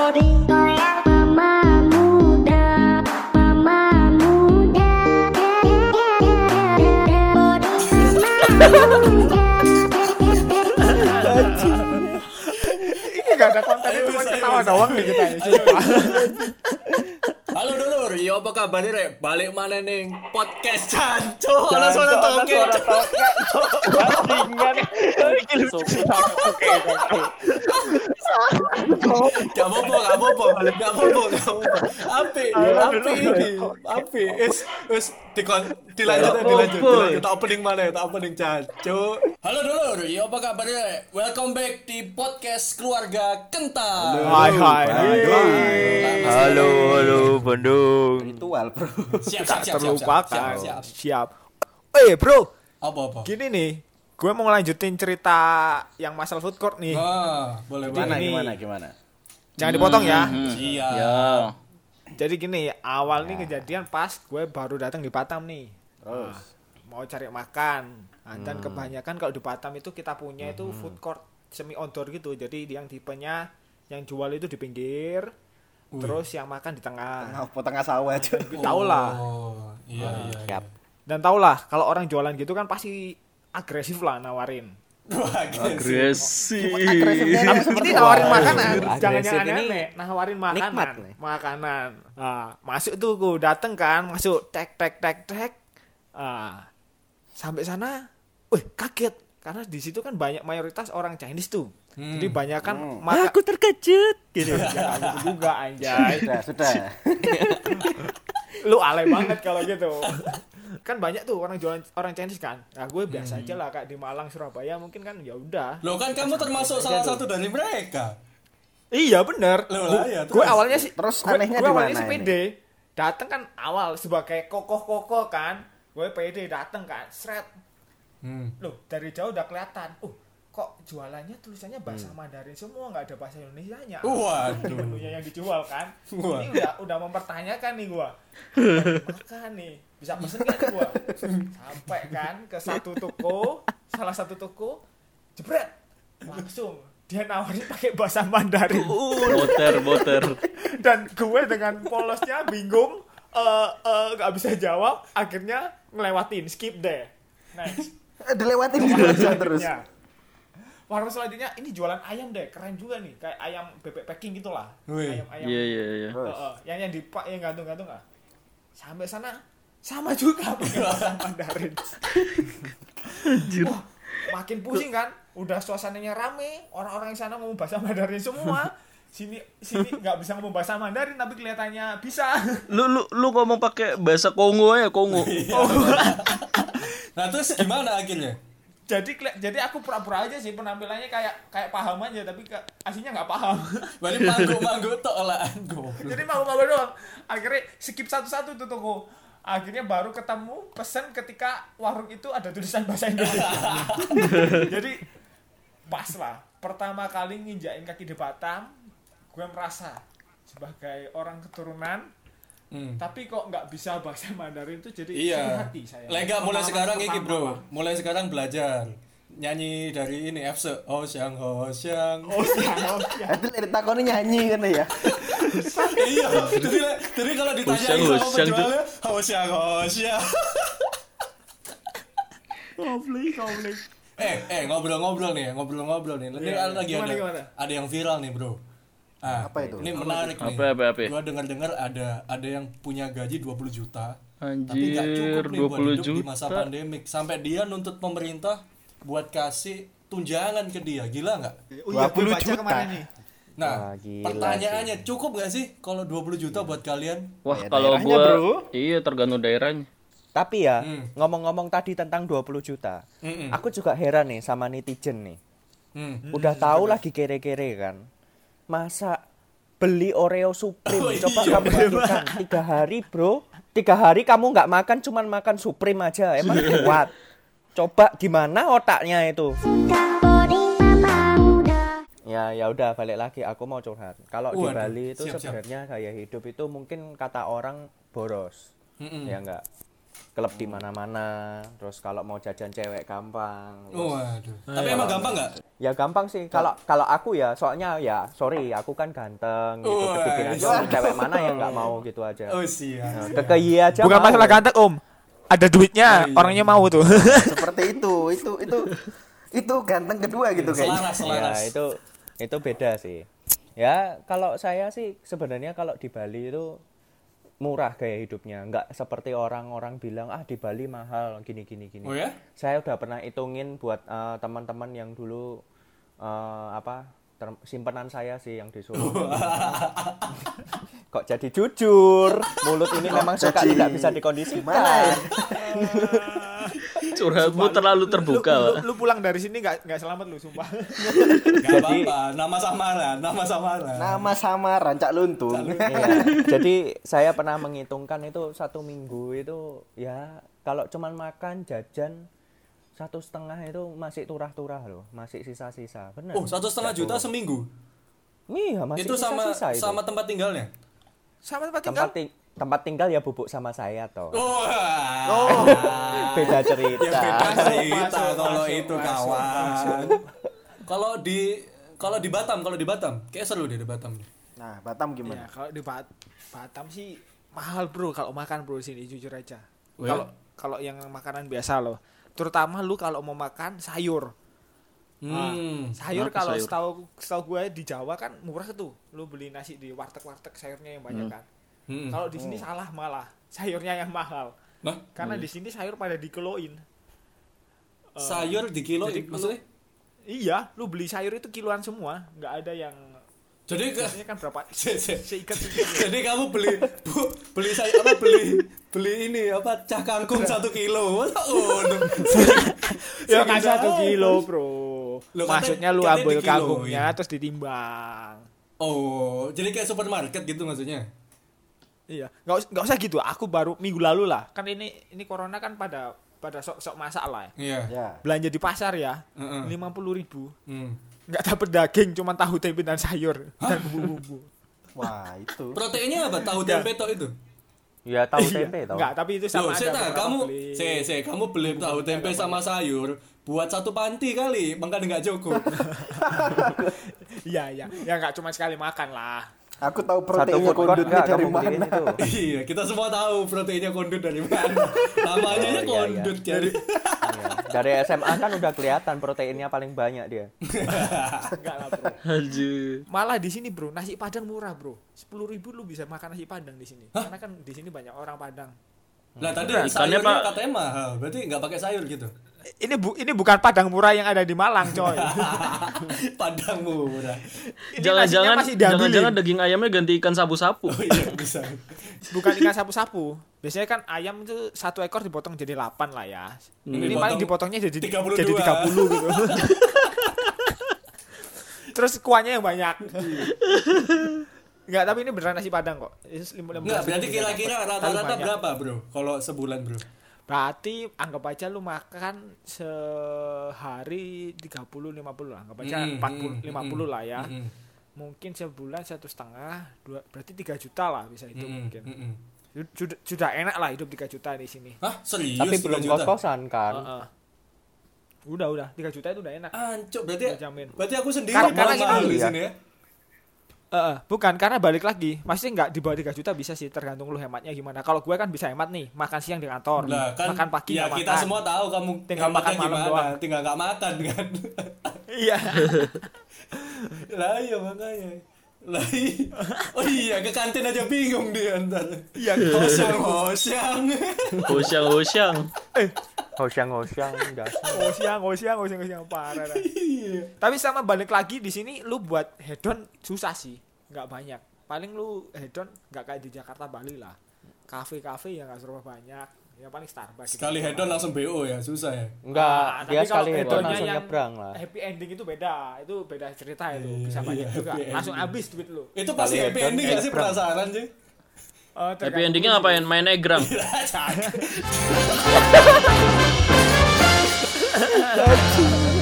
Ini gak ada konten, cuma ketawa doang nih kita ini. Halo dulur, yo apa kabar rek? Balik mana ning podcast Canco. Ana suara toke. Bandingan. Gak apa-apa. Api. Wis dilanjut. Tak opening mana? Tak opening Canco. Halo dulur, yo apa kabar rek? Welcome back di podcast keluarga Kentang. Hai. Halo Bandung. Ritual bro. Siap. Terlupakan. Siap. Siap. Bro. Apa? Gini nih, gue mau ngelanjutin cerita yang masalah food court nih. Boleh. Gimana? Jangan dipotong ya. Iya. Ya. Jadi gini, awal nih kejadian pas gue baru datang di Batam nih. Terus Mau cari makan. Dan kebanyakan kalau di Batam itu kita punya itu food court semi outdoor gitu. Jadi yang tipenya yang jual itu di pinggir, terus yang makan di tengah. tengah sawah aja. Tahu lah. Oh, iya. Dan tau lah kalau orang jualan gitu kan pasti agresif lah nawarin. Wah, Agresif. Ini nawarin makanan, jangan Agresif yang ini aneh-aneh. Nawarin nikmat makanan, nih. makanan. Masuk tuh gue dateng kan, masuk tek. Sampai sana, kaget karena di situ kan banyak mayoritas orang Chinese tuh. Jadi banyak kan Aku terkejut gitu. Ya, gitu juga anjay. Sudah. Lu alay banget kalau gitu. Kan banyak tuh orang jualan orang Chinese kan. Nah, gue biasa aja lah kayak di Malang, Surabaya mungkin kan ya udah. Loh kan kamu termasuk salah satu dari mereka. Iya bener. Loh, iya, Gue terus. awalnya sih. Terus gue anehnya awalnya di sih mana pede. Dateng kan awal sebagai kokoh kan. Gue pede dateng kan. Sret. Loh dari jauh udah kelihatan. Kok jualannya tulisannya bahasa Mandarin semua, nggak ada bahasa Indonesianya. Waduh. Menunya yang dijual kan. Wah. Ini udah mempertanyakan nih gua. Makan nih, bisa pesen kan gua. Sampai kan ke salah satu toko, jebret. Langsung dia nawarin pakai bahasa Mandarin. Boter. Dan gue dengan polosnya bingung, nggak bisa jawab, akhirnya ngelewatin, skip deh. Next. Dilewatin gitu aja terus. Warung selanjutnya ini jualan ayam deh, keren juga nih, kayak ayam bebek packing gitulah. Wih. Ayam. Iya. Yang yang gantung-gantung ah. Sampai sana sama juga pakai bahasa Mandarin. Anjir. Makin pusing kan, udah suasananya rame, orang-orang yang sana ngomong bahasa Mandarin semua. Sini nggak bisa ngomong bahasa Mandarin tapi kelihatannya bisa. Lu ngomong pakai bahasa Kongo ya, Kongo. Nah terus gimana akhirnya? Jadi aku pura-pura aja sih, penampilannya kayak paham aja tapi aslinya nggak paham. Balik manggu tok lah. Jadi malu-malu doang. Akhirnya skip satu-satu tuh toko. Akhirnya baru ketemu pesen ketika warung itu ada tulisan bahasa Indonesia. Jadi pas lah. Pertama kali nginjakin kaki di Batam, gue merasa sebagai orang keturunan. Tapi kok nggak bisa bahasa Mandarin itu jadi sakit hati saya. Lega mulai sekarang iki bro. Mulai sekarang belajar nyanyi dari ini FC Hosyang. Itu dari takoni nyanyi kan ya. Iya. Jadi kalau ditanya sama penjualnya Hosyang. Komplit. Ngobrol-ngobrol nih. Nanti lagi Gimana? ada yang viral nih bro. Apa itu? Ini menarik nih. Apa? Gua dengar ada yang punya gaji 20 juta. Anjir, Tapi gak cukup nih buat 20 hidup di masa juta. pandemik. Sampai dia nuntut pemerintah buat kasih tunjangan ke dia. Gila nggak? 20 juta. Nah, Wah, gila pertanyaannya cukup nggak sih kalau 20 juta buat kalian? Wah, Ya, kalau daerahnya, gua bro. iya tergantung daerahnya. Tapi ya, ngomong-ngomong tadi tentang 20 juta. Aku juga heran nih sama netizen nih. Udah tahu lagi kere-kere kan. Masa beli Oreo Supreme, coba kamu bayangkan 3 hari bro, 3 hari kamu nggak makan, cuman makan Supreme aja, emang kuat? Coba gimana otaknya itu? Ya udah balik lagi, aku mau curhat. Kalau di Bali itu siap. sebenarnya gaya hidup itu mungkin kata orang boros, ya enggak. klub di mana-mana, terus kalau mau jajan cewek gampang. Waduh. Tapi emang gampang nggak? Ya gampang sih. Kalau aku ya, soalnya ya sorry, aku kan ganteng gitu. Kepikiran cewek mana yang nggak mau gitu aja. Oh siap. Kekei aja. Bukan mau. masalah ganteng, Om. Ada duitnya, orangnya mau tuh. Seperti itu ganteng kedua gitu kayaknya. Selaras. Ya itu beda sih. Ya kalau saya sih sebenarnya kalau di Bali itu murah gaya hidupnya, nggak seperti orang-orang bilang di Bali mahal gini. Oh ya? Saya udah pernah hitungin buat teman-teman yang dulu simpenan saya sih yang disuruh. Kok jadi jujur? Mulut ini memang suka tidak bisa dikondisikan. Gimana ya? Curhatmu terlalu terbuka. Lu pulang dari sini nggak selamat lu, sumpah. Gak apa-apa, nama samaran. Nama samaran Cak Luntung. Iya. Jadi saya pernah menghitungkan itu 1 minggu itu ya kalau cuman makan jajan 1,5 itu masih turah-turah loh, masih sisa-sisa. Benar. Oh, 1,5 juta seminggu. Iya, masih Itu sisa-sisa itu. sama tempat tinggalnya. Sama tempat tinggal. Tempat tinggal ya bubuk sama saya toh. Oh. Beda cerita. Ya beda cerita Masuk, kalau masuk, itu masuk, kawan. Kalau di Batam, kayak seru deh di Batam. Nah, Batam Ya, gimana? kalau di Batam sih mahal, Bro, kalau makan, Bro, sini jujur aja. Oh, ya? Kalau yang makanan biasa loh. Terutama lu kalau mau makan sayur. Sayur Kenapa kalau sayur? setahu gue di Jawa kan murah tuh. Lu beli nasi di warteg-warteg sayurnya yang banyak kan. Kalau di sini salah malah. Sayurnya yang mahal. Nah, Karena di sini sayur pada dikiloin. sayur di kilo jadi maksudnya? Iya, lu beli sayur itu kiloan semua, nggak ada yang Jadi biasanya kan berapa? Seikat. Seikat. Jadi kamu beli ini cah kangkung 1 kilo. Oh, Ya kan 1 kilo, Bro. Loh, Maksudnya lu katanya ambil dikiloin. kangkungnya terus ditimbang. Oh, jadi kayak supermarket gitu maksudnya? Iya, nggak usah gitu. Aku baru minggu lalu lah. Kan ini corona kan pada sok masak lah. Iya. Ya. Belanja di pasar ya, Heeh. 50.000. Hmm. Nggak dapet daging, cuma tahu tempe dan sayur dan bumbu-bumbu. Wah, itu. Proteinnya apa? Tahu tempe tok itu? Ya tahu tempe toh. Enggak, tapi itu Loh, sama aja. kamu beli tahu tempe sama sayur buat 1 panti kali, makanya nggak cukup. Iya. Ya nggak cuma sekali makan lah. Aku tahu Satu proteinnya food court kondutnya enggak dari kamu beliin mana. itu. Iya, kita semua tahu proteinnya kondut dari mana. Namanya Oh, iya, kondut kan. Iya. Dari SMA kan udah kelihatan proteinnya paling banyak dia. Enggak lah, Bro. Anjir. Malah di sini, Bro, nasi Padang murah, Bro. 10.000 lu bisa makan nasi Padang di sini. Karena kan di sini banyak orang Padang. Lah tadi Ikannya, sayurnya Pak. katanya mahal, berarti nggak pakai sayur gitu. Ini bukan Padang murah yang ada di Malang, coy. Padang murah. Ini nasinya masih diambilin. Jangan-jangan daging ayamnya ganti ikan sapu-sapu. Oh iya bisa. Bukan ikan sapu-sapu. Biasanya kan ayam itu 1 ekor dipotong jadi 8 lah ya. Ini paling dipotongnya jadi 32. jadi 30 gitu. Terus kuahnya yang banyak. Enggak, tapi ini beneran nasi Padang kok. Enggak, berarti kira-kira rata-rata berapa, Bro? Kalau sebulan, Bro? Berarti anggap aja lu makan sehari 30-50 lah. Anggap aja 40-50 lah ya. Mungkin sebulan 1,5, berarti 3 juta lah bisa itu mungkin. Sudah enak lah hidup 3 juta di sini. Hah, serius? Tapi belum 3 juta? kos-kosan kan. Udah 3 juta itu udah enak. Ancuk, berarti Jamin. aku sendiri Karena mahal gini, di ya. sini ya. Bukan, karena balik lagi. Maksudnya nggak di bawah 3 juta bisa sih, tergantung lu hematnya gimana. Kalau gue kan bisa hemat nih, makan siang di kantor, Lah kan makan pagi ya nggak kita makan. semua tahu kamu Tinggal hematnya makan malam gimana, doang. tinggal nggak makan kan. Iya. Lah iya makanya. Oh iya, ke kantin aja bingung dia ntar. Iya. Hosyang. Hosyang. Hosyang dasar. Ngosiang parah dah. Tapi sama balik lagi di sini lu buat hedon susah sih, nggak banyak. Paling lu hedon nggak kayak di Jakarta, Bali lah. Kafe-kafe yang nggak serba banyak. Ya paling Starbucks. Sekali hedon langsung BO ya, susah ya. Enggak, dia tapi sekali kalau hedon hedonnya langsung yang nyebrang lah. Happy ending itu beda cerita itu. Bisa banyak juga. happy Langsung habis duit lu. Itu pasti Sekali happy hedon, ending gak sih nyebrang. penasaran sih? Happy endingnya ngapain? Main egrang. Cak.